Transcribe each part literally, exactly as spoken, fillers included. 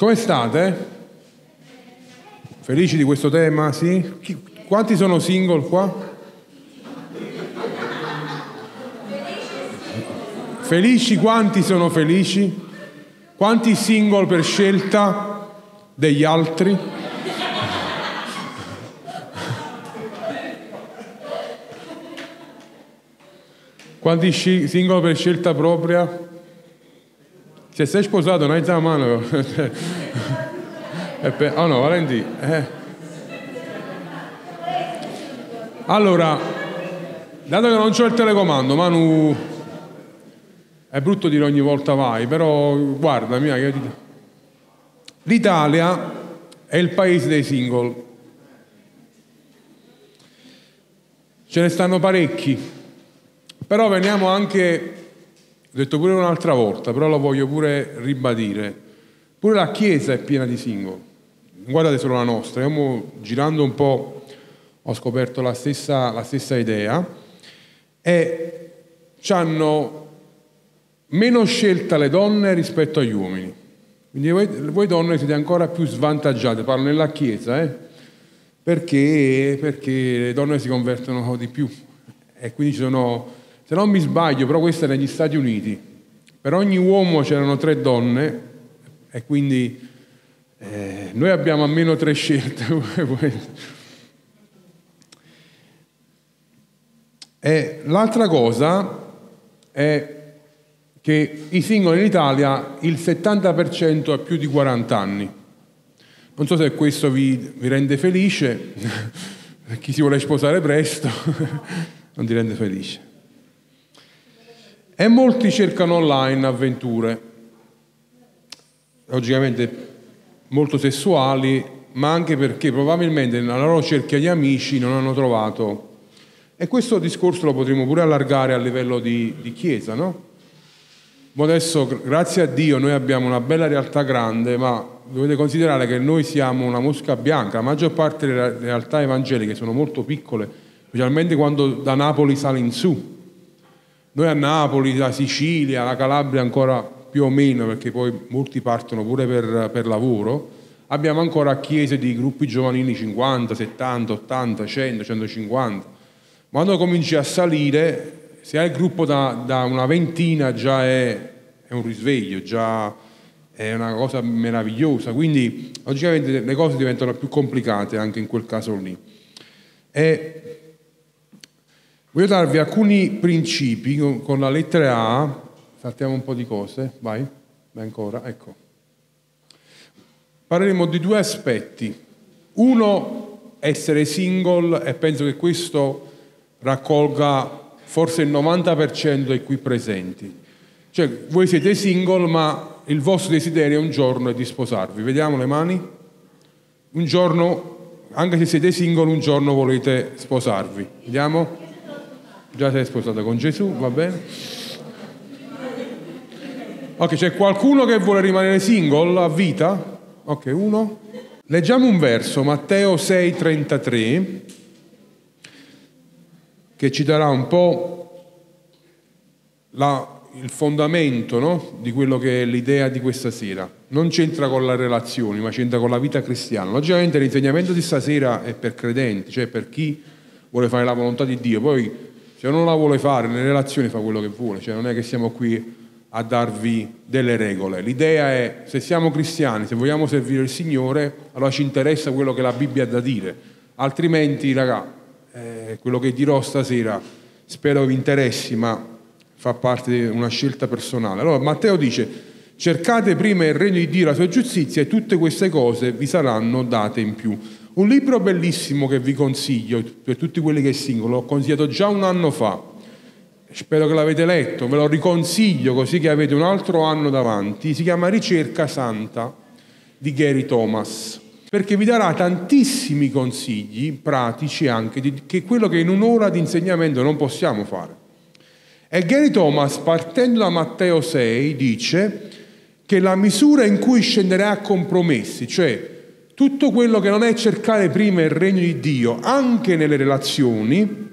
Come state? Felici di questo tema? Sì? Chi, quanti sono single qua? Felici, quanti sono felici? Quanti single per scelta degli altri? Quanti single per scelta propria? Se sei sposato non hai la mano. Oh no, Valentì. Eh. Allora, dato che non c'ho il telecomando, Manu, è brutto dire ogni volta vai, però guarda, mia, che... l'Italia è il paese dei single. Ce ne stanno parecchi, però veniamo anche... L'ho detto pure un'altra volta, però lo voglio pure ribadire. Pure la Chiesa è piena di single. Guardate solo la nostra. Io, girando un po', ho scoperto la stessa, la stessa idea. E hanno meno scelta le donne rispetto agli uomini. Quindi voi, voi donne siete ancora più svantaggiate. Parlo nella Chiesa, eh? Perché, perché le donne si convertono di più. E quindi ci sono... Se non mi sbaglio, però questo è negli Stati Uniti. Per ogni uomo c'erano tre donne e quindi eh, noi abbiamo almeno tre scelte. E l'altra cosa è che i single in Italia il settanta per cento ha più di quaranta anni. Non so se questo vi, vi rende felice, chi si vuole sposare presto non ti rende felice. E molti cercano online avventure, logicamente molto sessuali, ma anche perché probabilmente nella loro cerchia di amici non hanno trovato. E questo discorso lo potremmo pure allargare a livello di, di chiesa, no? Adesso, grazie a Dio, noi abbiamo una bella realtà grande, ma dovete considerare che noi siamo una mosca bianca. La maggior parte delle realtà evangeliche sono molto piccole, specialmente quando da Napoli sale in su. Noi a Napoli, la Sicilia, la Calabria ancora più o meno, perché poi molti partono pure per, per lavoro, abbiamo ancora chiese di gruppi giovanili cinquanta, settanta, ottanta, cento, centocinquanta. Quando cominci a salire, se hai il gruppo da, da una ventina già è, è un risveglio, già è una cosa meravigliosa. Quindi logicamente le cose diventano più complicate anche in quel caso lì. E voglio darvi alcuni principi con la lettera A. Saltiamo un po' di cose, vai, vai ancora, ecco. Parleremo di due aspetti. Uno, essere single, e penso che questo raccolga forse il novanta per cento dei qui presenti. Cioè, voi siete single, ma il vostro desiderio un giorno è di sposarvi. Vediamo le mani? Un giorno, anche se siete single, un giorno volete sposarvi. Vediamo? Già sei sposata con Gesù, va bene? Ok, c'è qualcuno che vuole rimanere single a vita? Ok, uno. Leggiamo un verso, Matteo sei trentatré, che ci darà un po' la, il fondamento, no? Di quello che è l'idea di questa sera. Non c'entra con le relazioni, ma c'entra con la vita cristiana. Logicamente l'insegnamento di stasera è per credenti, cioè per chi vuole fare la volontà di Dio. Poi se non la vuole fare, nelle relazioni fa quello che vuole, cioè non è che siamo qui a darvi delle regole. L'idea è, se siamo cristiani, se vogliamo servire il Signore, allora ci interessa quello che la Bibbia ha da dire. Altrimenti, raga, eh, quello che dirò stasera spero vi interessi, ma fa parte di una scelta personale. Allora Matteo dice, cercate prima il regno di Dio e la sua giustizia e tutte queste cose vi saranno date in più. Un libro bellissimo che vi consiglio, per tutti quelli che single, l'ho consigliato già un anno fa, spero che l'avete letto, ve lo riconsiglio così che avete un altro anno davanti, si chiama Ricerca Santa di Gary Thomas, perché vi darà tantissimi consigli pratici anche, di, che è quello che in un'ora di insegnamento non possiamo fare. E Gary Thomas, partendo da Matteo sei, dice che la misura in cui scenderai a compromessi, cioè tutto quello che non è cercare prima il regno di Dio, anche nelle relazioni,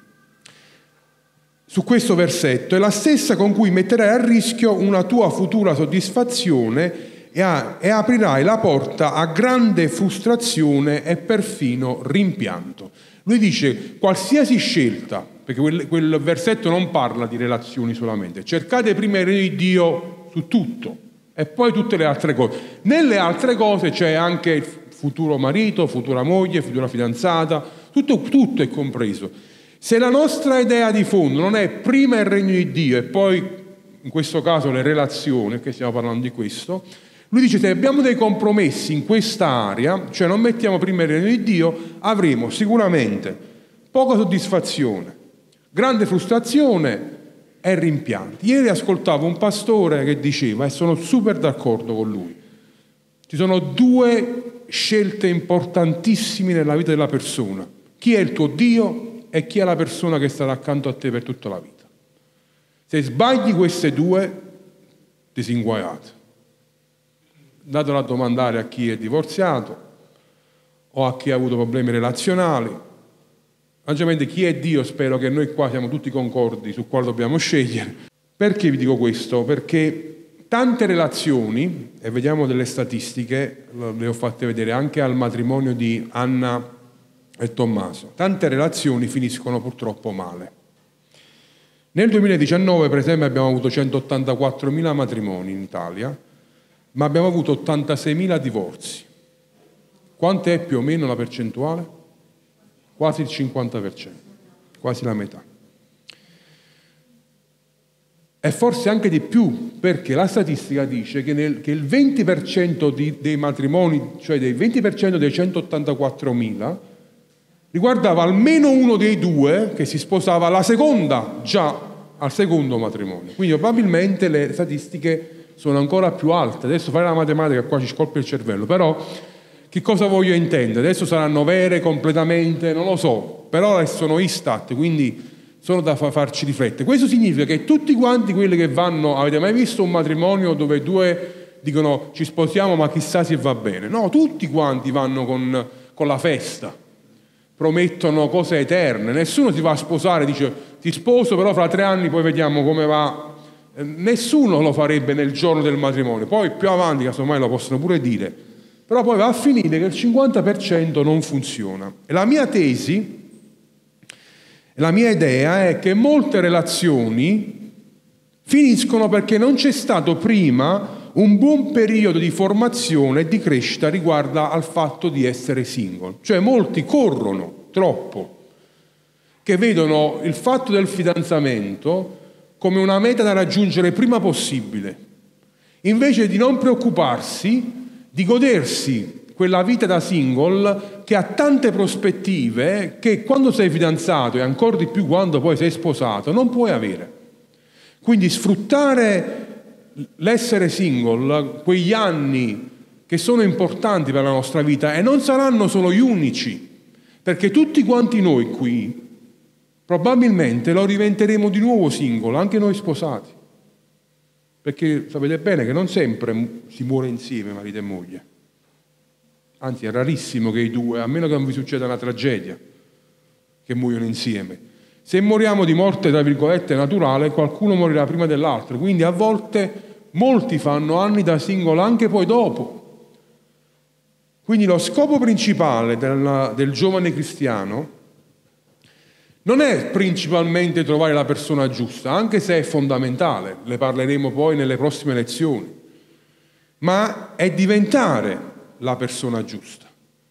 su questo versetto, è la stessa con cui metterai a rischio una tua futura soddisfazione e, a, e aprirai la porta a grande frustrazione e perfino rimpianto. Lui dice qualsiasi scelta, perché quel, quel versetto non parla di relazioni solamente, cercate prima il regno di Dio su tutto e poi tutte le altre cose. Nelle altre cose c'è anche il futuro marito, futura moglie, futura fidanzata, tutto, tutto è compreso. Se la nostra idea di fondo non è prima il regno di Dio e poi in questo caso le relazioni, che stiamo parlando di questo, lui dice se abbiamo dei compromessi in questa area, cioè non mettiamo prima il regno di Dio, avremo sicuramente poca soddisfazione, grande frustrazione e rimpianti. Ieri ascoltavo un pastore che diceva, e sono super d'accordo con lui, ci sono due scelte importantissime nella vita della persona: chi è il tuo Dio e chi è la persona che starà accanto a te per tutta la vita. Se sbagli queste due, ti sei inguaiato. Datelo a domandare a chi è divorziato o a chi ha avuto problemi relazionali. Ovviamente chi è Dio, spero che noi qua siamo tutti concordi su quale dobbiamo scegliere. Perché vi dico questo? Perché tante relazioni, e vediamo delle statistiche, le ho fatte vedere anche al matrimonio di Anna e Tommaso, tante relazioni finiscono purtroppo male. Nel duemiladiciannove, per esempio, abbiamo avuto centottantaquattromila matrimoni in Italia, ma abbiamo avuto ottantaseimila divorzi. Quanto è più o meno la percentuale? Quasi il cinquanta per cento, quasi la metà. E forse anche di più, perché la statistica dice che, nel, che il venti per cento di, dei matrimoni, cioè del venti per cento dei centottantaquattromila, riguardava almeno uno dei due che si sposava alla seconda, già al secondo matrimonio. Quindi probabilmente le statistiche sono ancora più alte. Adesso fare la matematica qua ci scolpia il cervello, però che cosa voglio intendere? Adesso saranno vere completamente, non lo so, però sono Istat, quindi sono da farci riflettere. Questo significa che tutti quanti quelli che vanno, avete mai visto un matrimonio dove due dicono ci sposiamo ma chissà se va bene? No, tutti quanti vanno con, con la festa, promettono cose eterne, nessuno si va a sposare, dice ti sposo però fra tre anni poi vediamo come va. Nessuno lo farebbe nel giorno del matrimonio, poi più avanti casomai lo possono pure dire, però poi va a finire che il cinquanta per cento non funziona. E la mia tesi, la mia idea è che molte relazioni finiscono perché non c'è stato prima un buon periodo di formazione e di crescita riguardo al fatto di essere single. Cioè molti corrono troppo, che vedono il fatto del fidanzamento come una meta da raggiungere prima possibile, invece di non preoccuparsi di godersi quella vita da single che ha tante prospettive che quando sei fidanzato e ancora di più quando poi sei sposato non puoi avere. Quindi sfruttare l'essere single, quegli anni che sono importanti per la nostra vita, e non saranno solo gli unici, perché tutti quanti noi qui probabilmente lo diventeremo di nuovo single, anche noi sposati, perché sapete bene che non sempre si muore insieme marito e moglie, anzi è rarissimo che i due, a meno che non vi succeda una tragedia, che muoiono insieme. Se moriamo di morte tra virgolette naturale, qualcuno morirà prima dell'altro, quindi a volte molti fanno anni da single anche poi dopo. Quindi lo scopo principale del, del giovane cristiano non è principalmente trovare la persona giusta, anche se è fondamentale, ne parleremo poi nelle prossime lezioni, ma è diventare la persona giusta.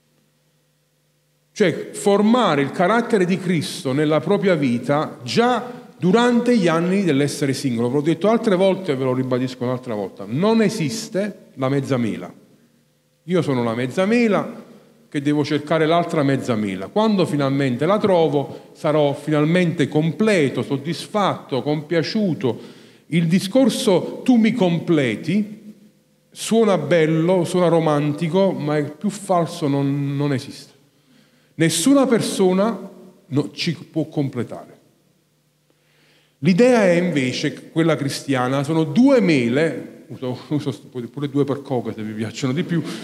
Cioè formare il carattere di Cristo nella propria vita già durante gli anni dell'essere singolo. Ve l'ho detto altre volte e ve lo ribadisco un'altra volta, non esiste la mezza mela. Io sono la mezza mela che devo cercare l'altra mezza mela. Quando finalmente la trovo, sarò finalmente completo, soddisfatto, compiaciuto. Il discorso tu mi completi suona bello, suona romantico, ma è più falso, non, non esiste. Nessuna persona no, ci può completare. L'idea è invece, quella cristiana, sono due mele, uso, uso pure due per coca se vi piacciono di più,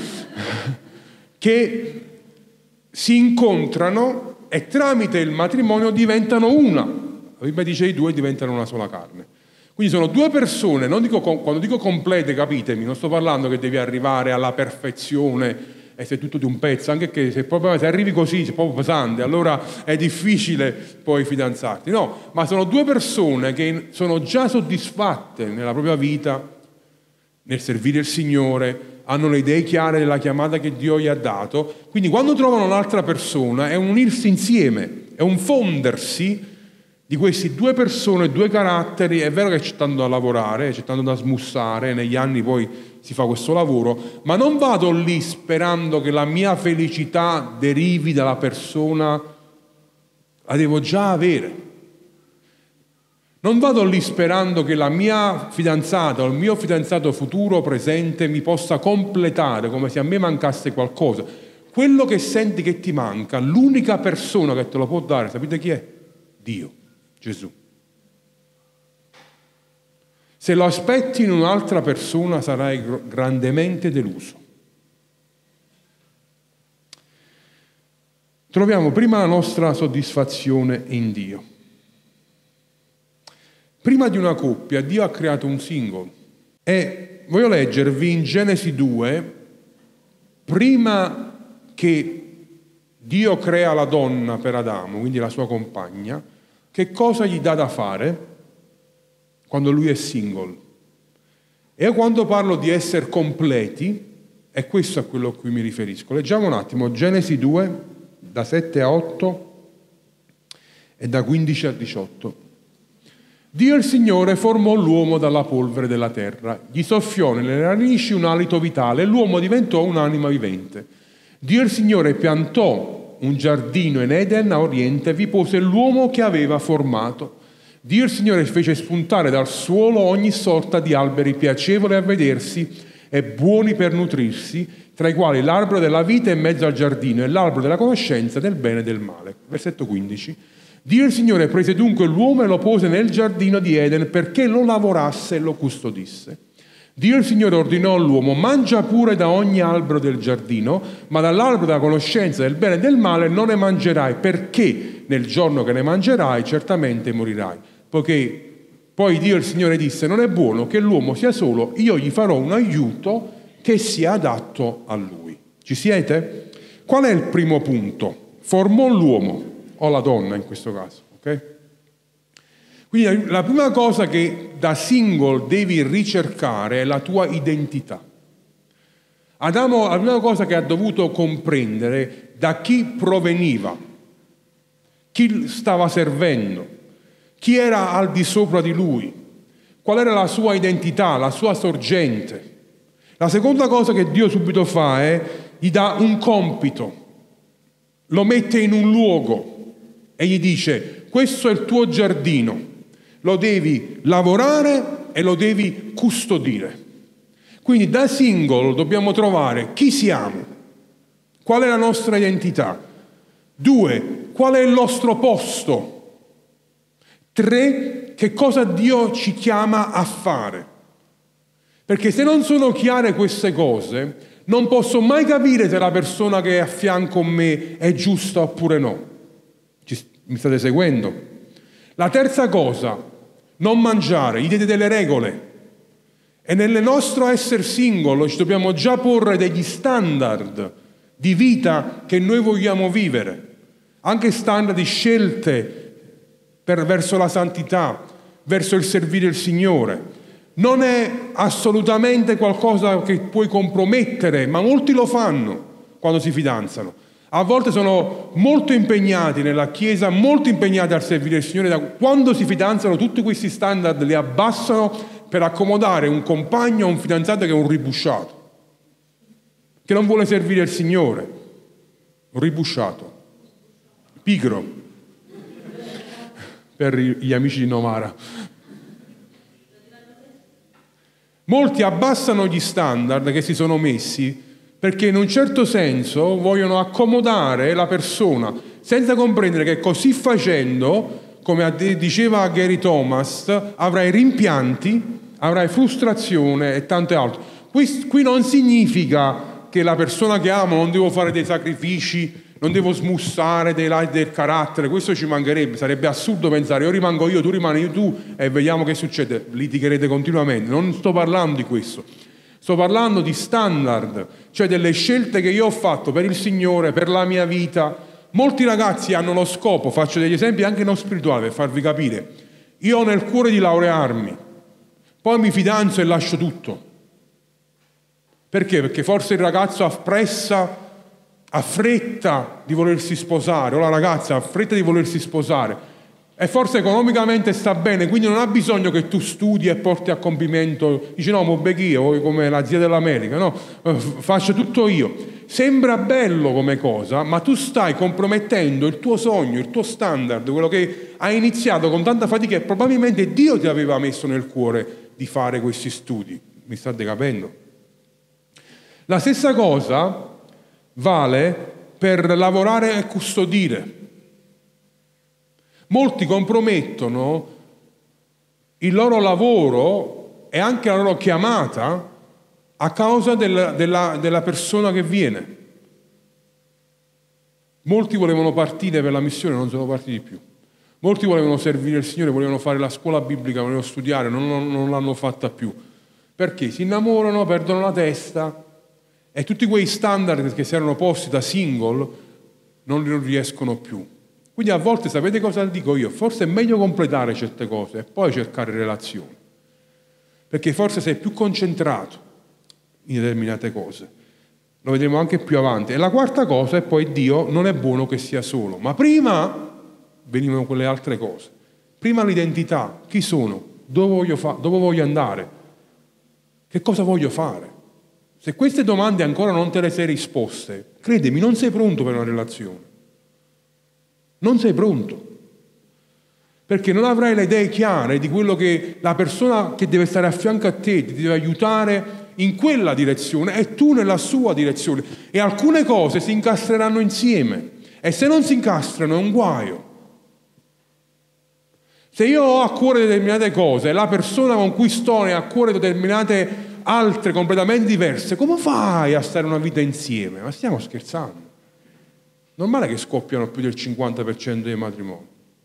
che si incontrano e tramite il matrimonio diventano una. La Bibbia dice i due diventano una sola carne. Quindi sono due persone, non dico, quando dico complete, capitemi, non sto parlando che devi arrivare alla perfezione e sei tutto di un pezzo, anche che se, proprio, se arrivi così, sei proprio pesante, allora è difficile poi fidanzarti. No, ma sono due persone che sono già soddisfatte nella propria vita, nel servire il Signore, hanno le idee chiare della chiamata che Dio gli ha dato. Quindi quando trovano un'altra persona è un unirsi insieme, è un fondersi di questi due persone, due caratteri. È vero che c'è tanto da lavorare, c'è tanto da smussare, negli anni poi si fa questo lavoro, ma non vado lì sperando che la mia felicità derivi dalla persona, la devo già avere. Non vado lì sperando che la mia fidanzata o il mio fidanzato futuro presente mi possa completare, come se a me mancasse qualcosa. Quello che senti che ti manca, l'unica persona che te lo può dare, sapete chi è? Dio, Gesù. Se lo aspetti in un'altra persona sarai grandemente deluso. Troviamo prima la nostra soddisfazione in Dio. Prima di una coppia, Dio ha creato un singolo. E voglio leggervi in Genesi due, prima che Dio crea la donna per Adamo, quindi la sua compagna, che cosa gli dà da fare quando lui è single. E quando parlo di essere completi, è questo a quello a cui mi riferisco. Leggiamo un attimo Genesi due, da sette a otto e da quindici a diciotto. Dio il Signore formò l'uomo dalla polvere della terra, gli soffiò nelle narici un alito vitale e l'uomo diventò un'anima vivente. Dio il Signore piantò un giardino in Eden a oriente e vi pose l'uomo che aveva formato. Dio il Signore fece spuntare dal suolo ogni sorta di alberi piacevoli a vedersi e buoni per nutrirsi, tra i quali l'albero della vita in mezzo al giardino e l'albero della conoscenza del bene e del male. Versetto quindici. Dio il Signore prese dunque l'uomo e lo pose nel giardino di Eden perché lo lavorasse e lo custodisse. Dio il Signore ordinò all'uomo: mangia pure da ogni albero del giardino, ma dall'albero della conoscenza del bene e del male non ne mangerai, perché nel giorno che ne mangerai certamente morirai. Poiché poi Dio il Signore disse: non è buono che l'uomo sia solo, io gli farò un aiuto che sia adatto a lui. Ci siete? Qual è il primo punto? Formò l'uomo, o la donna in questo caso, ok? Quindi la prima cosa che da single devi ricercare è la tua identità. Adamo, la prima cosa che ha dovuto comprendere da chi proveniva, chi stava servendo, chi era al di sopra di lui, qual era la sua identità, la sua sorgente. La seconda cosa che Dio subito fa è gli dà un compito, lo mette in un luogo e gli dice: questo è il tuo giardino, lo devi lavorare e lo devi custodire. Quindi da single dobbiamo trovare chi siamo, qual è la nostra identità, due, qual è il nostro posto, tre, che cosa Dio ci chiama a fare. Perché se non sono chiare queste cose, non posso mai capire se la persona che è a fianco a me è giusta oppure no. Ci, mi state seguendo? La terza cosa, non mangiare, gli date delle regole. E nel nostro essere singolo ci dobbiamo già porre degli standard di vita che noi vogliamo vivere, anche standard di scelte per, verso la santità, verso il servire il Signore. Non è assolutamente qualcosa che puoi compromettere, ma molti lo fanno quando si fidanzano. A volte sono molto impegnati nella Chiesa, molto impegnati al servire il Signore. Quando si fidanzano tutti questi standard li abbassano per accomodare un compagno o un fidanzato che è un ribusciato, che non vuole servire il Signore. Un ribusciato, pigro, per gli amici di Novara. Molti abbassano gli standard che si sono messi perché in un certo senso vogliono accomodare la persona, senza comprendere che così facendo, come diceva Gary Thomas, avrai rimpianti, avrai frustrazione e tante altre. Qui, qui non significa che la persona che amo non devo fare dei sacrifici non devo smussare dei lati del carattere, questo ci mancherebbe, sarebbe assurdo pensare io rimango io, tu rimani tu e vediamo che succede, litigherete continuamente. Non sto parlando di questo, sto parlando di standard, cioè delle scelte che io ho fatto per il Signore, per la mia vita. Molti ragazzi hanno lo scopo, faccio degli esempi anche non spirituali per farvi capire, io ho nel cuore di laurearmi, poi mi fidanzo e lascio tutto. Perché? Perché forse il ragazzo ha pressa, ha fretta di volersi sposare, o la ragazza ha fretta di volersi sposare, e forse economicamente sta bene, quindi non ha bisogno che tu studi e porti a compimento, dici no, mo io, come la zia dell'America, no, faccio tutto io. Sembra bello come cosa, ma tu stai compromettendo il tuo sogno, il tuo standard, quello che hai iniziato con tanta fatica e probabilmente Dio ti aveva messo nel cuore di fare questi studi. Mi state capendo? La stessa cosa vale per lavorare e custodire. Molti compromettono il loro lavoro e anche la loro chiamata a causa del, della, della persona che viene. Molti volevano partire per la missione, non sono partiti più. Molti volevano servire il Signore, volevano fare la scuola biblica, volevano studiare, non, non, non l'hanno fatta più. Perché? Si innamorano, perdono la testa e tutti quei standard che si erano posti da single non li riescono più. Quindi a volte, sapete cosa dico io? Forse è meglio completare certe cose e poi cercare relazioni. Perché forse sei più concentrato in determinate cose. Lo vedremo anche più avanti. E la quarta cosa è poi Dio non è buono che sia solo. Ma prima venivano quelle altre cose. Prima l'identità. Chi sono? Dove voglio, fa- dove voglio andare? Che cosa voglio fare? Se queste domande ancora non te le sei risposte, credimi, non sei pronto per una relazione. Non sei pronto. Perché non avrai le idee chiare di quello che la persona che deve stare a fianco a te ti deve aiutare in quella direzione e tu nella sua direzione. E alcune cose si incastreranno insieme. E se non si incastrano è un guaio. Se io ho a cuore determinate cose e la persona con cui sto ne ha a cuore determinate altre completamente diverse, come fai a stare una vita insieme? Ma stiamo scherzando. Normale che scoppiano più del cinquanta per cento dei matrimoni.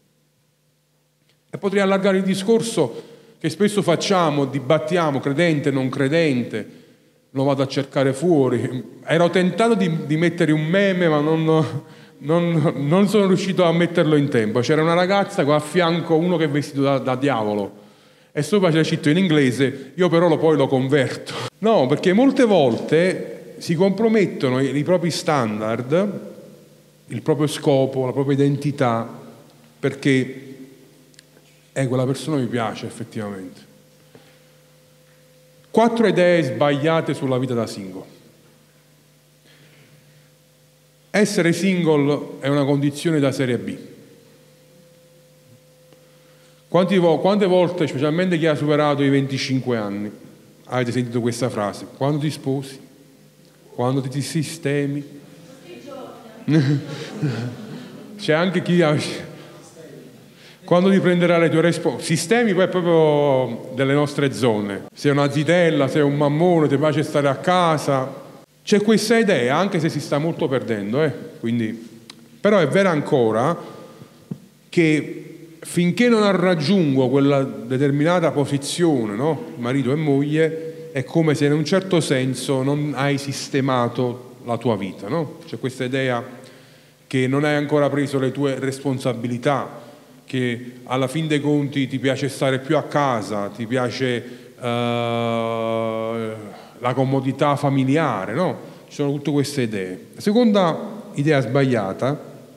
E potrei allargare il discorso che spesso facciamo, dibattiamo, credente, non credente, lo vado a cercare fuori. Ero tentato di, di mettere un meme, ma non, non, non sono riuscito a metterlo in tempo. C'era una ragazza con a fianco uno che è vestito da, da diavolo e sopra c'era scritto in inglese, io però lo, poi lo converto. No, perché molte volte si compromettono i, i propri standard, il proprio scopo, la propria identità, perché eh, quella persona mi piace effettivamente. Quattro idee sbagliate sulla vita da single. Essere single è una condizione da serie B. Quanti, quante volte, specialmente chi ha superato i venticinque anni, avete sentito questa frase? Quando ti sposi? Quando ti sistemi? C'è anche chi ha... Quando ti prenderà le tue responsabilità, sistemi poi è proprio delle nostre zone. Sei una zitella, sei un mammone, ti piace stare a casa. C'è questa idea, anche se si sta molto perdendo, eh? Quindi, però è vera ancora che finché non raggiungo quella determinata posizione, no? Marito e moglie, è come se in un certo senso non hai sistemato la tua vita, no? C'è questa idea che non hai ancora preso le tue responsabilità, che alla fin dei conti ti piace stare più a casa, ti piace uh, la comodità familiare, no? Ci sono tutte queste idee. La seconda idea sbagliata,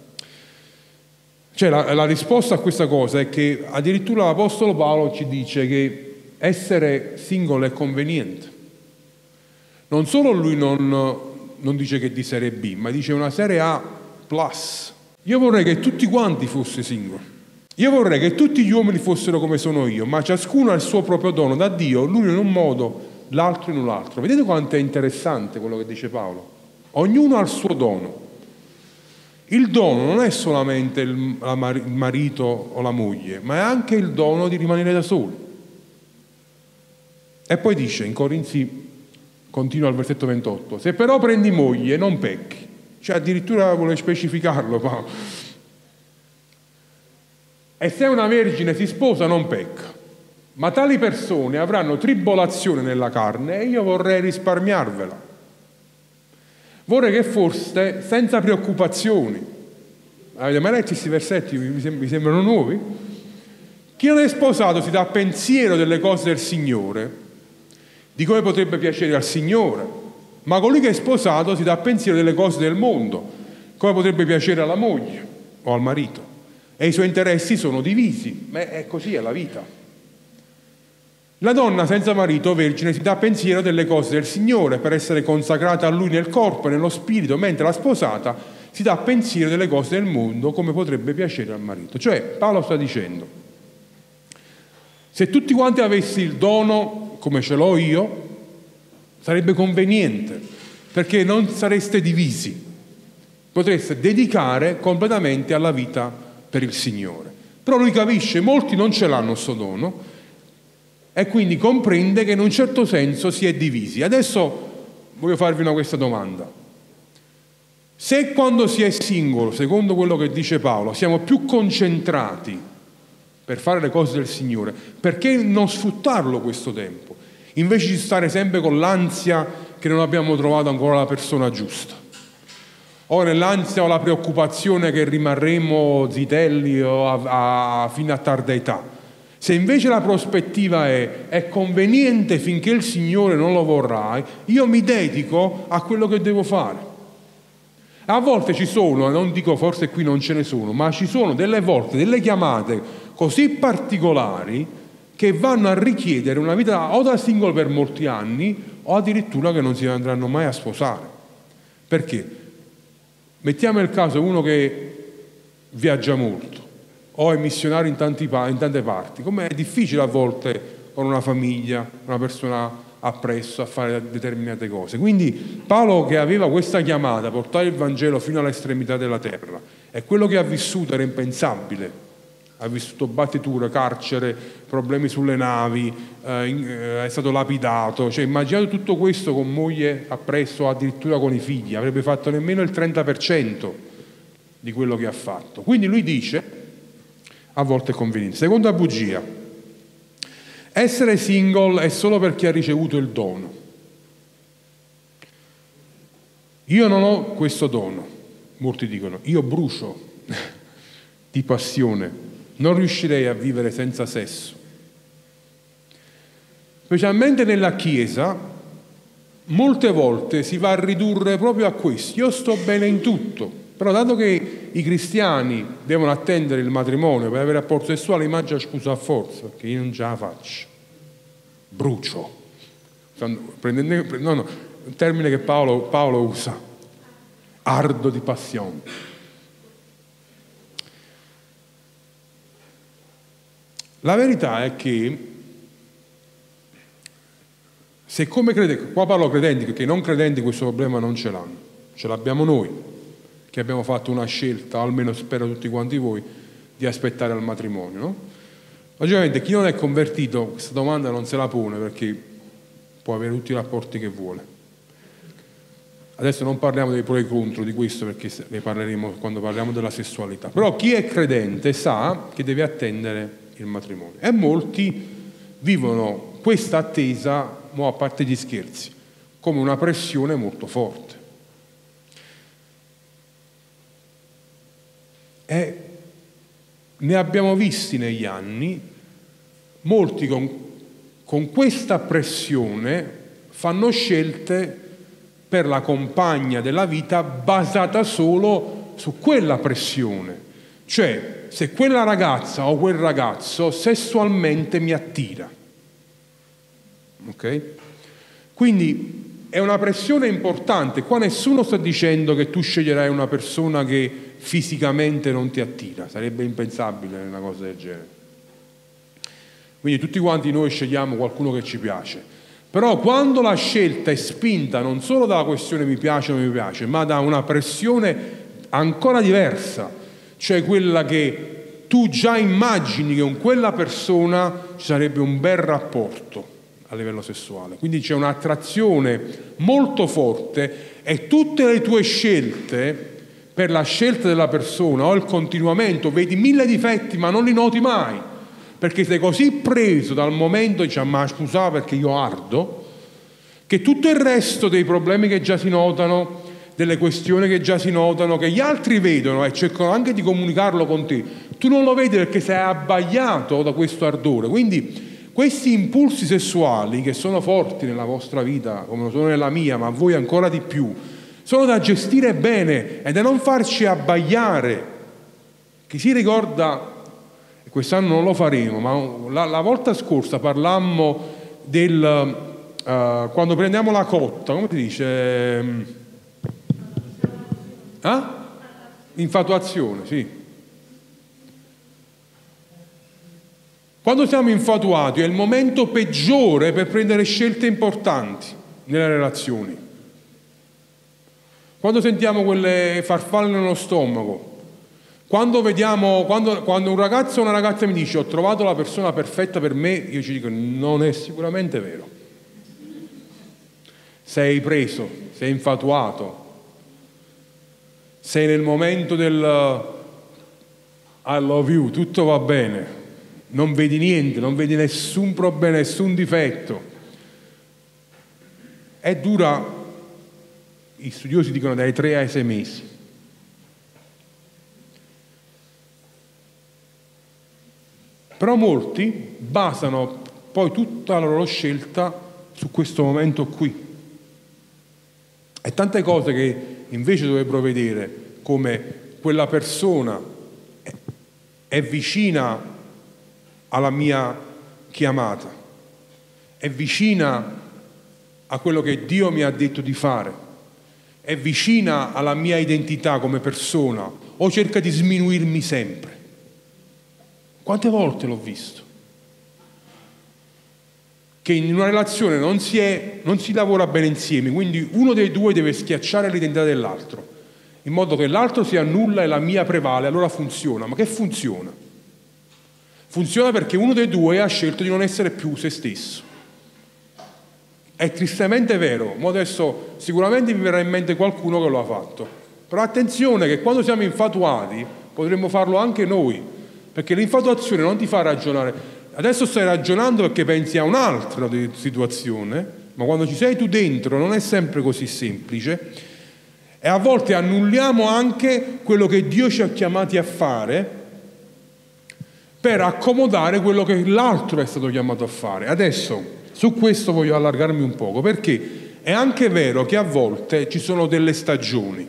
cioè la, la risposta a questa cosa è che addirittura l'Apostolo Paolo ci dice che essere single è conveniente. Non solo lui non, non dice che è di serie B, ma dice una serie A plus. Io vorrei che tutti quanti fossero single. Io vorrei che tutti gli uomini fossero come sono io, ma ciascuno ha il suo proprio dono da Dio, l'uno in un modo, l'altro in un altro. Vedete quanto è interessante quello che dice Paolo? Ognuno ha il suo dono. Il dono non è solamente il marito o la moglie, ma è anche il dono di rimanere da soli. E poi dice in Corinzi, continua al versetto ventotto, se però prendi moglie non pecchi. Cioè addirittura vuole specificarlo Paolo. E se una vergine si sposa non pecca, ma tali persone avranno tribolazione nella carne e io vorrei risparmiarvela. Vorrei che foste senza preoccupazioni. Avete mai letto questi versetti? Vi sembrano nuovi? Chi non è sposato si dà pensiero delle cose del Signore, di come potrebbe piacere al Signore, ma colui che è sposato si dà pensiero delle cose del mondo, come potrebbe piacere alla moglie o al marito. E i suoi interessi sono divisi, ma è così, è la vita. La donna senza marito, vergine, si dà pensiero delle cose del Signore per essere consacrata a Lui nel corpo e nello spirito, mentre la sposata si dà pensiero delle cose del mondo, come potrebbe piacere al marito. Cioè, Paolo sta dicendo, se tutti quanti avessi il dono come ce l'ho io, sarebbe conveniente, perché non sareste divisi, potreste dedicare completamente alla vita per il Signore. Però lui capisce, molti non ce l'hanno sto dono e quindi comprende che in un certo senso si è divisi. Adesso voglio farvi una questa domanda. Se quando si è singolo, secondo quello che dice Paolo, siamo più concentrati per fare le cose del Signore, perché non sfruttarlo questo tempo, invece di stare sempre con l'ansia che non abbiamo trovato ancora la persona giusta? O nell'ansia o la preoccupazione che rimarremo zitelli o a, a, fino a tarda età. Se invece la prospettiva è è conveniente finché il Signore non lo vorrà, io mi dedico a quello che devo fare. A volte ci sono, non dico forse qui non ce ne sono, ma ci sono delle volte delle chiamate così particolari che vanno a richiedere una vita o da singolo per molti anni o addirittura che non si andranno mai a sposare. Perché? Mettiamo il caso uno che viaggia molto o è missionario in, tanti, in tante parti. Com'è difficile a volte con una famiglia, una persona appresso a fare determinate cose. Quindi Paolo, che aveva questa chiamata, portare il Vangelo fino all'estremità della terra, e quello che ha vissuto era impensabile. Ha vissuto battiture, carcere, problemi sulle navi, eh, in, eh, è stato lapidato. Cioè, immaginate tutto questo con moglie appresso, addirittura con i figli. Avrebbe fatto nemmeno il trenta per cento di quello che ha fatto. Quindi lui dice, a volte è conveniente. Seconda bugia, essere single è solo per chi ha ricevuto il dono. Io non ho questo dono. Molti dicono, io brucio di passione. Non riuscirei a vivere senza sesso. Specialmente nella Chiesa, molte volte si va a ridurre proprio a questo. Io sto bene in tutto, però dato che i cristiani devono attendere il matrimonio per avere rapporto sessuale, immagina scusa a forza, perché io non ce la faccio. Brucio. Prendendo, no, no, un termine che Paolo, Paolo usa. Ardo di passione. La verità è che se come credenti, qua parlo credenti, perché i non credenti questo problema non ce l'hanno, ce l'abbiamo noi, che abbiamo fatto una scelta, almeno spero tutti quanti voi, di aspettare al matrimonio, no? Logicamente chi non è convertito questa domanda non se la pone, perché può avere tutti i rapporti che vuole. Adesso non parliamo dei pro e contro di questo, perché ne parleremo quando parliamo della sessualità, però chi è credente sa che deve attendere il matrimonio, e molti vivono questa attesa, mo a parte gli scherzi, come una pressione molto forte. E ne abbiamo visti negli anni, molti con, con questa pressione fanno scelte per la compagna della vita basata solo su quella pressione. Cioè, se quella ragazza o quel ragazzo sessualmente mi attira. Ok? Quindi è una pressione importante. Qua nessuno sta dicendo che tu sceglierai una persona che fisicamente non ti attira. Sarebbe impensabile una cosa del genere. Quindi tutti quanti noi scegliamo qualcuno che ci piace. Però quando la scelta è spinta non solo dalla questione mi piace o non mi piace, ma da una pressione ancora diversa, cioè quella che tu già immagini che con quella persona ci sarebbe un bel rapporto a livello sessuale, quindi c'è un'attrazione molto forte E tutte le tue scelte, per la scelta della persona o il continuamento, vedi mille difetti ma non li noti mai, perché sei così preso dal momento, dici, ma scusa perché io ardo, che tutto il resto dei problemi che già si notano, delle questioni che già si notano, che gli altri vedono e cercano anche di comunicarlo con te, tu non lo vedi perché sei abbagliato da questo ardore. Quindi questi impulsi sessuali che sono forti nella vostra vita, come lo sono nella mia, ma a voi ancora di più, sono da gestire bene e da non farci abbagliare. Chi si ricorda, e quest'anno non lo faremo, ma la, la volta scorsa parlammo del uh, quando prendiamo la cotta, come ti dice? Eh? Infatuazione, sì. Quando siamo infatuati è il momento peggiore per prendere scelte importanti nelle relazioni. Quando sentiamo quelle farfalle nello stomaco, quando vediamo, quando, quando un ragazzo o una ragazza mi dice ho trovato la persona perfetta per me, io ci dico non è sicuramente vero. Sei preso, sei infatuato, sei nel momento del I love you, tutto va bene, non vedi niente, non vedi nessun problema, nessun difetto. E dura, gli studiosi dicono dai tre ai sei mesi. Però molti basano poi tutta la loro scelta su questo momento qui. E tante cose che invece dovrebbero vedere come quella persona è vicina alla mia chiamata, è vicina a quello che Dio mi ha detto di fare, è vicina alla mia identità come persona, o cerca di sminuirmi sempre. Quante volte l'ho visto? Che in una relazione non si, è, non si lavora bene insieme, quindi uno dei due deve schiacciare l'identità dell'altro, in modo che l'altro si annulla e la mia prevale, allora funziona. Ma che funziona? Funziona perché uno dei due ha scelto di non essere più se stesso. È tristemente vero, ma adesso sicuramente mi verrà in mente qualcuno che lo ha fatto. Però attenzione che quando siamo infatuati potremmo farlo anche noi, perché l'infatuazione non ti fa ragionare. Adesso stai ragionando perché pensi a un'altra situazione, ma quando ci sei tu dentro non è sempre così semplice e a volte annulliamo anche quello che Dio ci ha chiamati a fare per accomodare quello che l'altro è stato chiamato a fare. Adesso su questo voglio allargarmi un poco, perché è anche vero che a volte ci sono delle stagioni.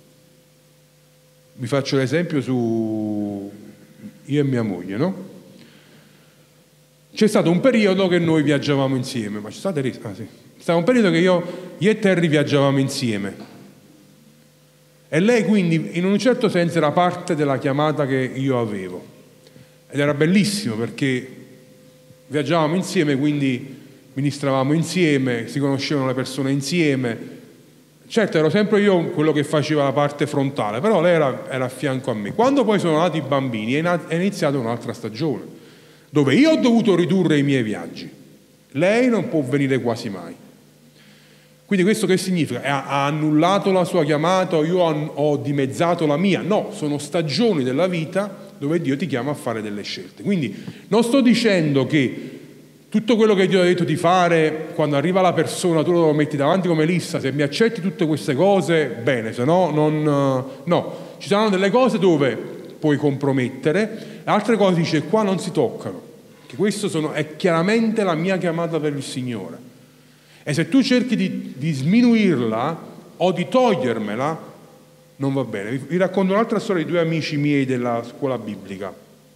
Vi faccio l'esempio su io e mia moglie, no? C'è stato un periodo che noi viaggiavamo insieme, ma c'è stato, ah, sì. C'è stato un periodo che io, io e Terry viaggiavamo insieme e lei quindi in un certo senso era parte della chiamata che io avevo ed era bellissimo perché viaggiavamo insieme, quindi ministravamo insieme, si conoscevano le persone insieme. Certo ero sempre io quello che faceva la parte frontale, però lei era, era a fianco a me. Quando poi sono nati i bambini è iniziata un'altra stagione dove io ho dovuto ridurre i miei viaggi, lei non può venire quasi mai. Quindi questo che significa? Ha annullato la sua chiamata o io ho dimezzato la mia? No, sono stagioni della vita dove Dio ti chiama a fare delle scelte. Quindi non sto dicendo che tutto quello che Dio ha detto di fare, quando arriva la persona tu lo metti davanti come lista, se mi accetti tutte queste cose, bene, se no non... No, ci saranno delle cose dove puoi compromettere, altre cose dice qua non si toccano, che questo sono, è chiaramente la mia chiamata per il Signore. E se tu cerchi di, di sminuirla o di togliermela, non va bene. Vi, vi racconto un'altra storia di due amici miei della scuola biblica.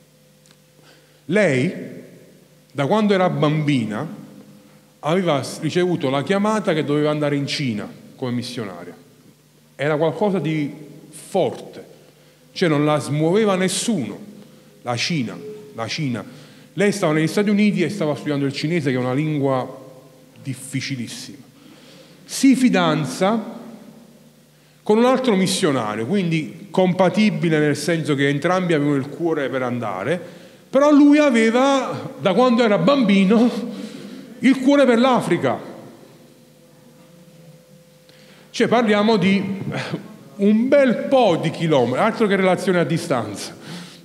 Lei, da quando era bambina, aveva ricevuto la chiamata che doveva andare in Cina come missionaria. Era qualcosa di forte, cioè non la smuoveva nessuno. La Cina, la Cina. Lei stava negli Stati Uniti e stava studiando il cinese, che è una lingua difficilissima. Si fidanza con un altro missionario, quindi compatibile nel senso che entrambi avevano il cuore per andare, però lui aveva, da quando era bambino, il cuore per l'Africa. Cioè parliamo di un bel po' di chilometri, altro che relazione a distanza.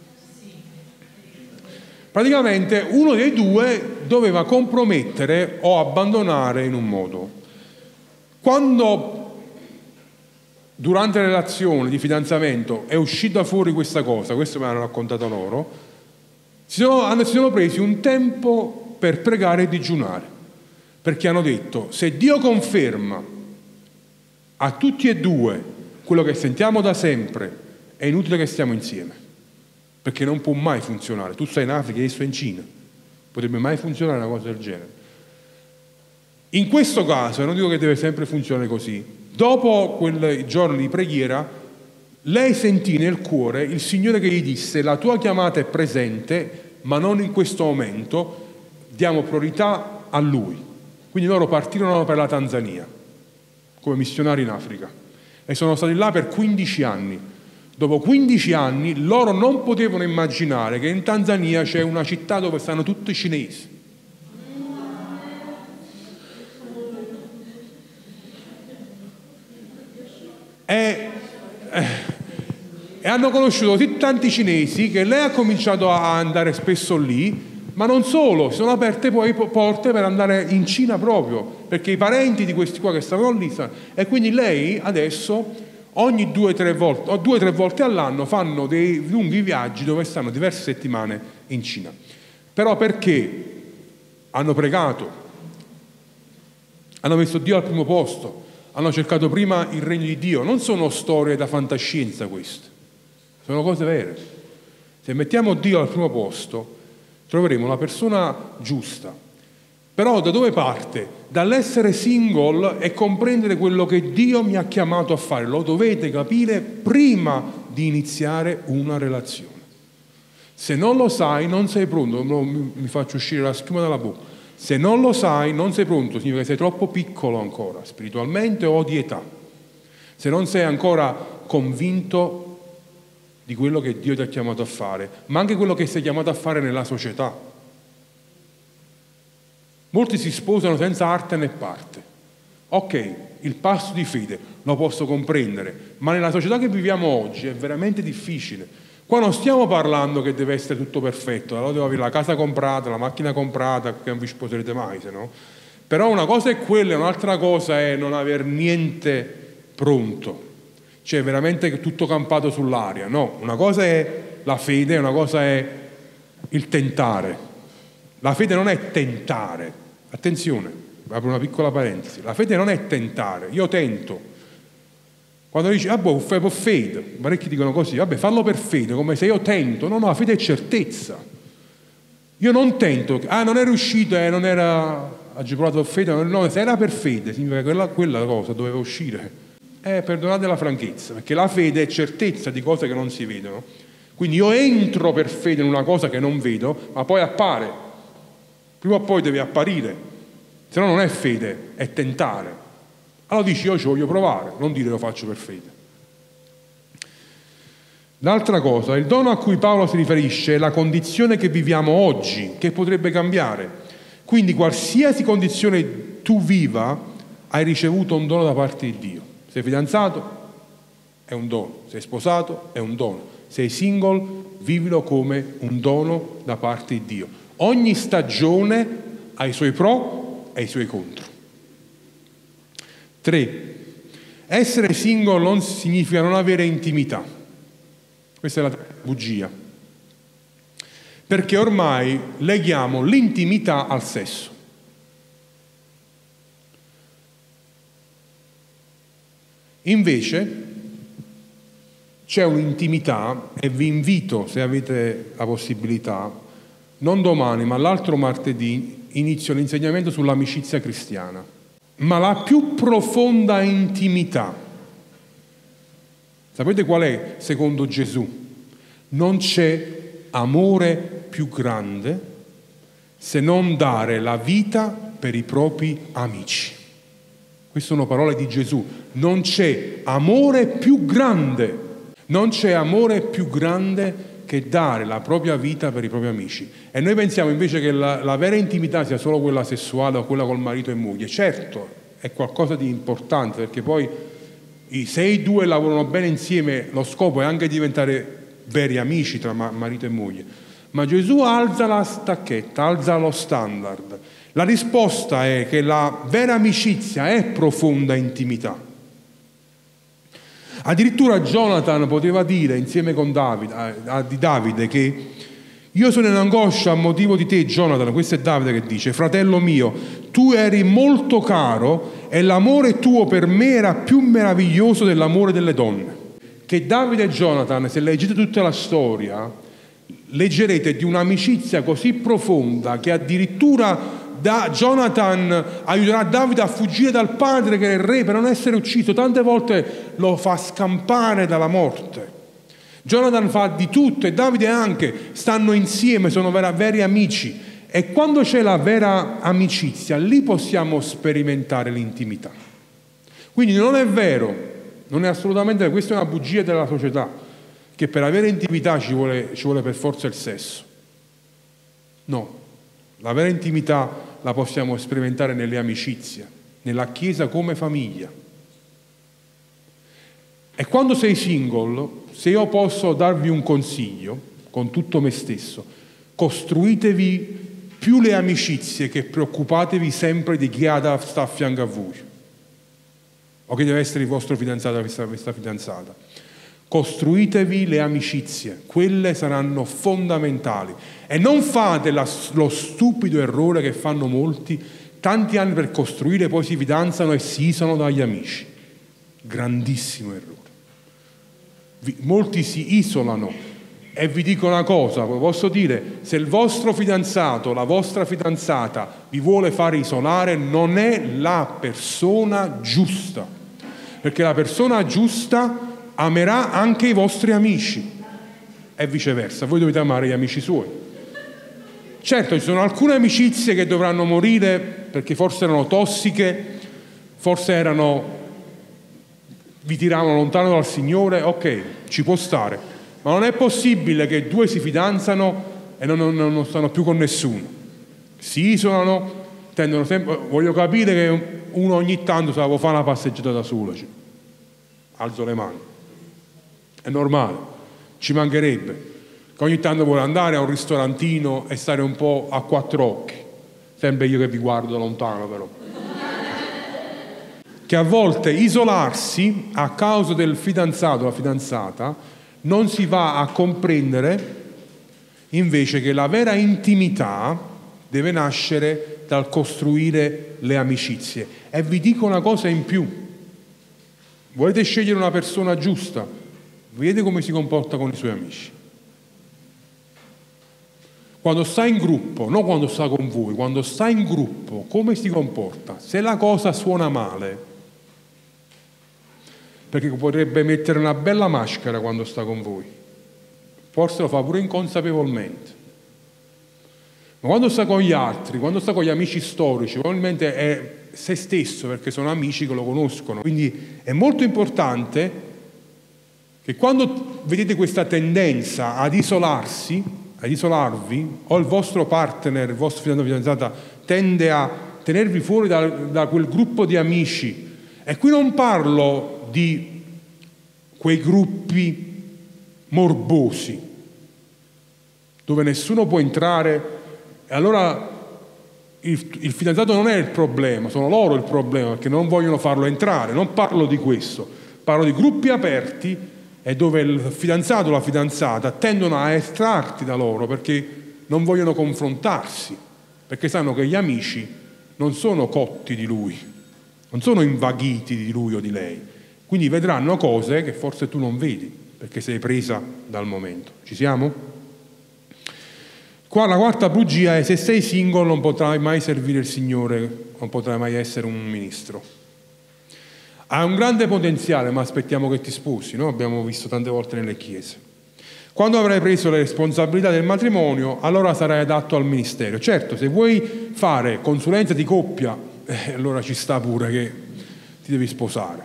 Praticamente uno dei due doveva compromettere o abbandonare in un modo. Quando durante la relazione di fidanzamento è uscita fuori questa cosa, questo me l'hanno raccontato loro, si sono, si sono presi un tempo per pregare e digiunare, perché hanno detto: se Dio conferma a tutti e due quello che sentiamo da sempre, è inutile che stiamo insieme, perché non può mai funzionare. Tu stai in Africa e io sto in Cina, potrebbe mai funzionare una cosa del genere. In questo caso, non dico che deve sempre funzionare così, dopo quel giorno di preghiera lei sentì nel cuore il Signore che gli disse: la tua chiamata è presente, ma non in questo momento, diamo priorità a Lui. Quindi loro partirono per la Tanzania come missionari in Africa e sono stati là per quindici anni. Dopo quindici anni loro non potevano immaginare che in Tanzania c'è una città dove stanno tutti cinesi. E, eh, e hanno conosciuto così tanti cinesi che lei ha cominciato a andare spesso lì, ma non solo, si sono aperte poi porte per andare in Cina proprio, perché i parenti di questi qua che stavano lì stavano, e quindi lei adesso ogni due o tre volte, o due o tre volte all'anno fanno dei lunghi viaggi dove stanno diverse settimane in Cina. Però perché hanno pregato, hanno messo Dio al primo posto, hanno cercato prima il regno di Dio. Non sono storie da fantascienza queste, sono cose vere. Se mettiamo Dio al primo posto troveremo la persona giusta. Però da dove parte? Dall'essere single e comprendere quello che Dio mi ha chiamato a fare. Lo dovete capire prima di iniziare una relazione. Se non lo sai, non sei pronto. Mi faccio uscire la schiuma dalla bocca. Se non lo sai, non sei pronto, significa che sei troppo piccolo ancora, spiritualmente o di età. Se non sei ancora convinto di quello che Dio ti ha chiamato a fare, ma anche quello che sei chiamato a fare nella società. Molti si sposano senza arte né parte. Ok, il passo di fede lo posso comprendere, ma nella società che viviamo oggi è veramente difficile. Qua non stiamo parlando che deve essere tutto perfetto, allora devo avere la casa comprata, la macchina comprata, che non vi sposerete mai, se no. Però una cosa è quella, un'altra cosa è non aver niente pronto, cioè veramente tutto campato sull'aria. No, una cosa è la fede, una cosa è il tentare. La fede non è tentare, attenzione, apro una piccola parentesi, la fede non è tentare, io tento. Quando dici, ah boh, fai per fede, parecchi dicono così, vabbè, fallo per fede, come se io tento. No, no, la fede è certezza. Io non tento, ah, non è riuscito, eh, non era agevolato per fede, no, se era per fede, significa che quella, quella cosa doveva uscire. Eh, perdonate la franchezza, perché la fede è certezza di cose che non si vedono. Quindi io entro per fede in una cosa che non vedo, ma poi appare. Prima o poi deve apparire, se no non è fede, è tentare. Allora dici, io ci voglio provare, non dire lo faccio per fede. L'altra cosa, il dono a cui Paolo si riferisce è la condizione che viviamo oggi, che potrebbe cambiare. Quindi qualsiasi condizione tu viva, hai ricevuto un dono da parte di Dio. Sei fidanzato? È un dono. Sei sposato? È un dono. Sei single? Vivilo come un dono da parte di Dio. Ogni stagione ha i suoi pro e i suoi contro. Tre, essere single non significa non avere intimità. Questa è la bugia. Perché ormai leghiamo l'intimità al sesso. Invece c'è un'intimità, e vi invito, se avete la possibilità, non domani ma l'altro martedì inizio l'insegnamento sull'amicizia cristiana. Ma la più profonda intimità, sapete qual è secondo Gesù? Non c'è amore più grande se non dare la vita per i propri amici. Queste sono parole di Gesù. Non c'è amore più grande, non c'è amore più grande che dare la propria vita per i propri amici. E noi pensiamo invece che la, la vera intimità sia solo quella sessuale o quella col marito e moglie. Certo, è qualcosa di importante, perché poi I, se i due lavorano bene insieme, lo scopo è anche diventare veri amici tra marito e moglie. Ma Gesù alza la stacchetta, alza lo standard. La risposta è che la vera amicizia è profonda intimità. Addirittura Jonathan poteva dire insieme con Davide, a, a, di Davide che io sono in angoscia a motivo di te, Jonathan. Questo è Davide che dice: fratello mio, tu eri molto caro e l'amore tuo per me era più meraviglioso dell'amore delle donne. Che Davide e Jonathan, se leggete tutta la storia, leggerete di un'amicizia così profonda che addirittura da Jonathan aiuterà Davide a fuggire dal padre che è il re per non essere ucciso. Tante volte lo fa scampare dalla morte. Jonathan fa di tutto e Davide anche, stanno insieme, sono vera, veri amici. E quando c'è la vera amicizia, lì possiamo sperimentare l'intimità. Quindi non è vero, non è assolutamente vero, questa è una bugia della società, che per avere intimità ci vuole, ci vuole per forza il sesso. No, la vera intimità la possiamo sperimentare nelle amicizie, nella Chiesa come famiglia. E quando sei single, se io posso darvi un consiglio, con tutto me stesso, costruitevi più le amicizie che preoccupatevi sempre di chi ha da sta a fianco a voi, o che deve essere il vostro fidanzato o questa, questa fidanzata. Costruitevi le amicizie, quelle saranno fondamentali. E non fate la, lo stupido errore che fanno molti, tanti anni per costruire, poi si fidanzano e si isolano dagli amici. Grandissimo errore. Vi, molti si isolano. E vi dico una cosa, posso dire, se il vostro fidanzato, la vostra fidanzata vi vuole fare isolare, non è la persona giusta. Perché la persona giusta amerà anche i vostri amici e viceversa. Voi dovete amare gli amici suoi. Certo, ci sono alcune amicizie che dovranno morire perché forse erano tossiche, forse erano, vi tiravano lontano dal Signore, ok, ci può stare, ma non è possibile che due si fidanzano e non, non, non stanno più con nessuno, si isolano, tendono sempre. Voglio capire che uno ogni tanto se la può fare una passeggiata da solo, cioè. Alzo le mani. È normale, ci mancherebbe che ogni tanto vuole andare a un ristorantino e stare un po' a quattro occhi, sempre io che vi guardo da lontano però, che a volte isolarsi a causa del fidanzato o la fidanzata non si va a comprendere invece che la vera intimità deve nascere dal costruire le amicizie. E vi dico una cosa in più: volete scegliere una persona giusta, vedete come si comporta con i suoi amici. Quando sta in gruppo, non quando sta con voi, quando sta in gruppo, come si comporta? Se la cosa suona male, perché potrebbe mettere una bella maschera quando sta con voi, forse lo fa pure inconsapevolmente, ma quando sta con gli altri, quando sta con gli amici storici, probabilmente è se stesso, perché sono amici che lo conoscono. Quindi è molto importante che quando vedete questa tendenza ad isolarsi, ad isolarvi, o il vostro partner, il vostro fidanzato o fidanzata tende a tenervi fuori da, da quel gruppo di amici, e qui non parlo di quei gruppi morbosi dove nessuno può entrare e allora il, il fidanzato non è il problema, sono loro il problema perché non vogliono farlo entrare. Non parlo di questo, parlo di gruppi aperti e dove il fidanzato o la fidanzata tendono a estrarti da loro perché non vogliono confrontarsi, perché sanno che gli amici non sono cotti di lui, non sono invaghiti di lui o di lei, quindi vedranno cose che forse tu non vedi perché sei presa dal momento. Ci siamo? Qua la quarta bugia è: se sei single non potrai mai servire il Signore, non potrai mai essere un ministro. Hai un grande potenziale, ma aspettiamo che ti sposi, no? Abbiamo visto tante volte nelle chiese. Quando avrai preso le responsabilità del matrimonio, allora sarai adatto al ministero. Certo, se vuoi fare consulenza di coppia, eh, allora ci sta pure che ti devi sposare.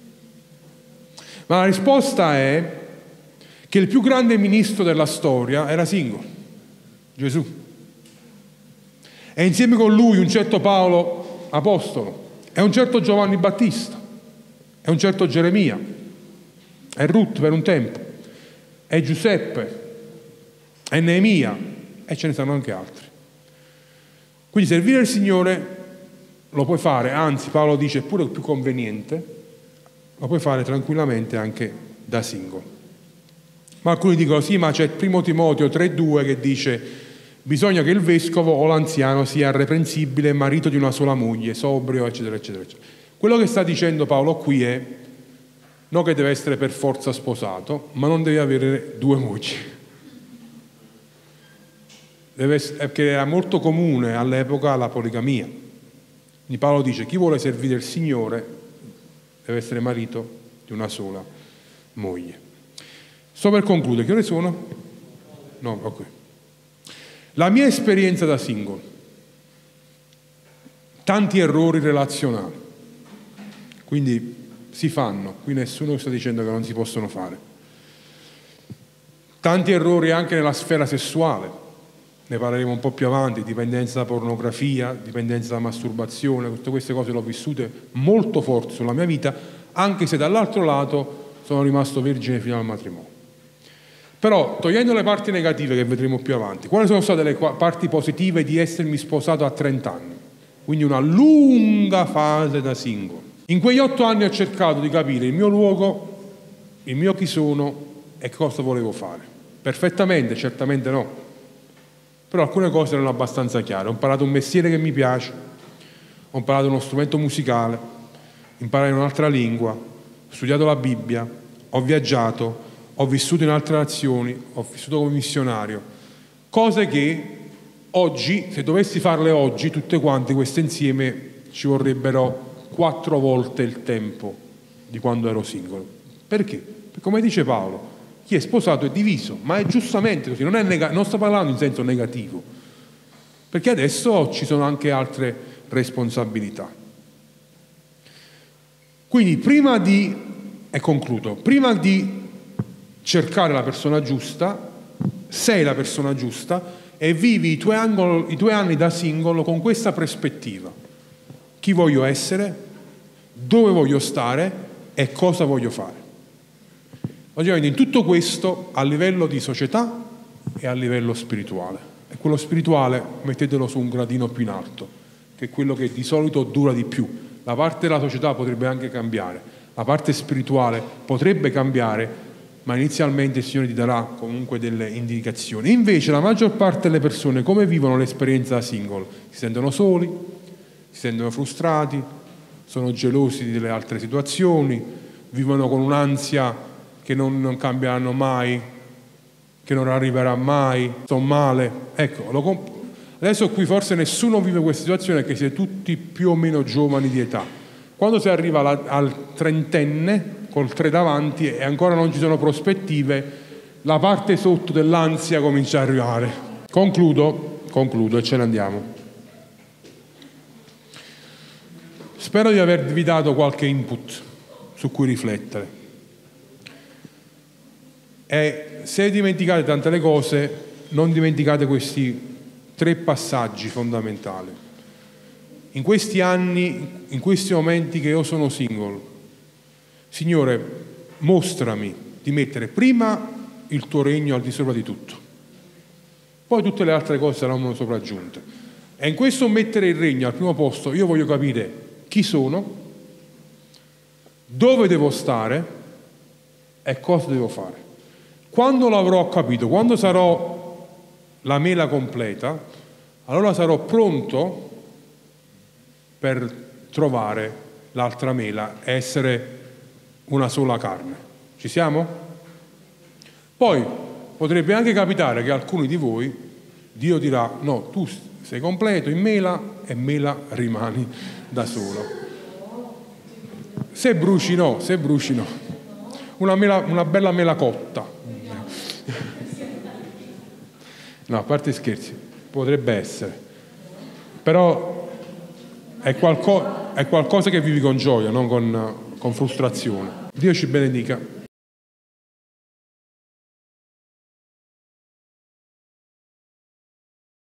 Ma la risposta è che il più grande ministro della storia era single, Gesù. E insieme con lui un certo Paolo apostolo e un certo Giovanni Battista è un certo Geremia, è Ruth per un tempo, è Giuseppe, è Neemia e ce ne saranno anche altri. Quindi servire il Signore lo puoi fare, anzi Paolo dice è pure più conveniente, lo puoi fare tranquillamente anche da singolo. Ma alcuni dicono sì, ma c'è il primo Timoteo tre due che dice bisogna che il vescovo o l'anziano sia irreprensibile, marito di una sola moglie, sobrio, eccetera, eccetera, eccetera. Quello che sta dicendo Paolo qui è non che deve essere per forza sposato, ma non deve avere due mogli. Deve essere, perché era molto comune all'epoca la poligamia. Quindi Paolo dice chi vuole servire il Signore deve essere marito di una sola moglie. Sto per concludere, che ore sono? No, ok. La mia esperienza da single, tanti errori relazionali, quindi si fanno, qui nessuno sta dicendo che non si possono fare. Tanti errori anche nella sfera sessuale, ne parleremo un po' più avanti, dipendenza da pornografia, dipendenza da masturbazione, tutte queste cose le ho vissute molto forti sulla mia vita, anche se dall'altro lato sono rimasto vergine fino al matrimonio. Però, togliendo le parti negative che vedremo più avanti, quali sono state le parti positive di essermi sposato a trenta anni? Quindi una lunga fase da single. In quegli otto anni ho cercato di capire il mio luogo, il mio chi sono e cosa volevo fare. Perfettamente, certamente no. Però alcune cose erano abbastanza chiare. Ho imparato un mestiere che mi piace, ho imparato uno strumento musicale, ho imparato un'altra lingua, ho studiato la Bibbia, ho viaggiato, ho vissuto in altre nazioni, ho vissuto come missionario. Cose che oggi, se dovessi farle oggi, tutte quante queste insieme, ci vorrebbero quattro volte il tempo di quando ero singolo. Perché? Perché come dice Paolo, chi è sposato è diviso, ma è giustamente così, non, è nega- non sto parlando in senso negativo, perché adesso ci sono anche altre responsabilità. Quindi prima di, e concludo, prima di cercare la persona giusta, sei la persona giusta e vivi i tuoi, angolo, i tuoi anni da singolo con questa prospettiva. Chi voglio essere, dove voglio stare e cosa voglio fare. Ovviamente in tutto questo a livello di società e a livello spirituale. E quello spirituale mettetelo su un gradino più in alto, che è quello che di solito dura di più. La parte della società potrebbe anche cambiare, la parte spirituale potrebbe cambiare, ma inizialmente il Signore ti darà comunque delle indicazioni. Invece la maggior parte delle persone come vivono l'esperienza da single? Si sentono soli, si sentono frustrati, sono gelosi delle altre situazioni, vivono con un'ansia che non, non cambieranno mai, che non arriverà mai, sto male. Ecco, lo comp- adesso qui forse nessuno vive questa situazione perché siete tutti più o meno giovani di età. Quando si arriva alla, al trentenne, col tre davanti e ancora non ci sono prospettive, la parte sotto dell'ansia comincia a arrivare. Concludo, concludo e ce ne andiamo. Spero di avervi dato qualche input su cui riflettere. E se dimenticate tante le cose, non dimenticate questi tre passaggi fondamentali. In questi anni, in questi momenti che io sono single, Signore, mostrami di mettere prima il tuo regno al di sopra di tutto, poi tutte le altre cose saranno sopraggiunte. E in questo mettere il regno al primo posto io voglio capire chi sono, dove devo stare e cosa devo fare. Quando l'avrò capito, quando sarò la mela completa, allora sarò pronto per trovare l'altra mela e essere una sola carne. Ci siamo? Poi potrebbe anche capitare che alcuni di voi, Dio dirà, no, tu sei completo in mela e mela rimani da solo. Se bruci no, se bruci no. Una, mela, una bella mela cotta. No, a parte scherzi, potrebbe essere. Però è, qualco, è qualcosa che vivi con gioia, non con, con frustrazione. Dio ci benedica.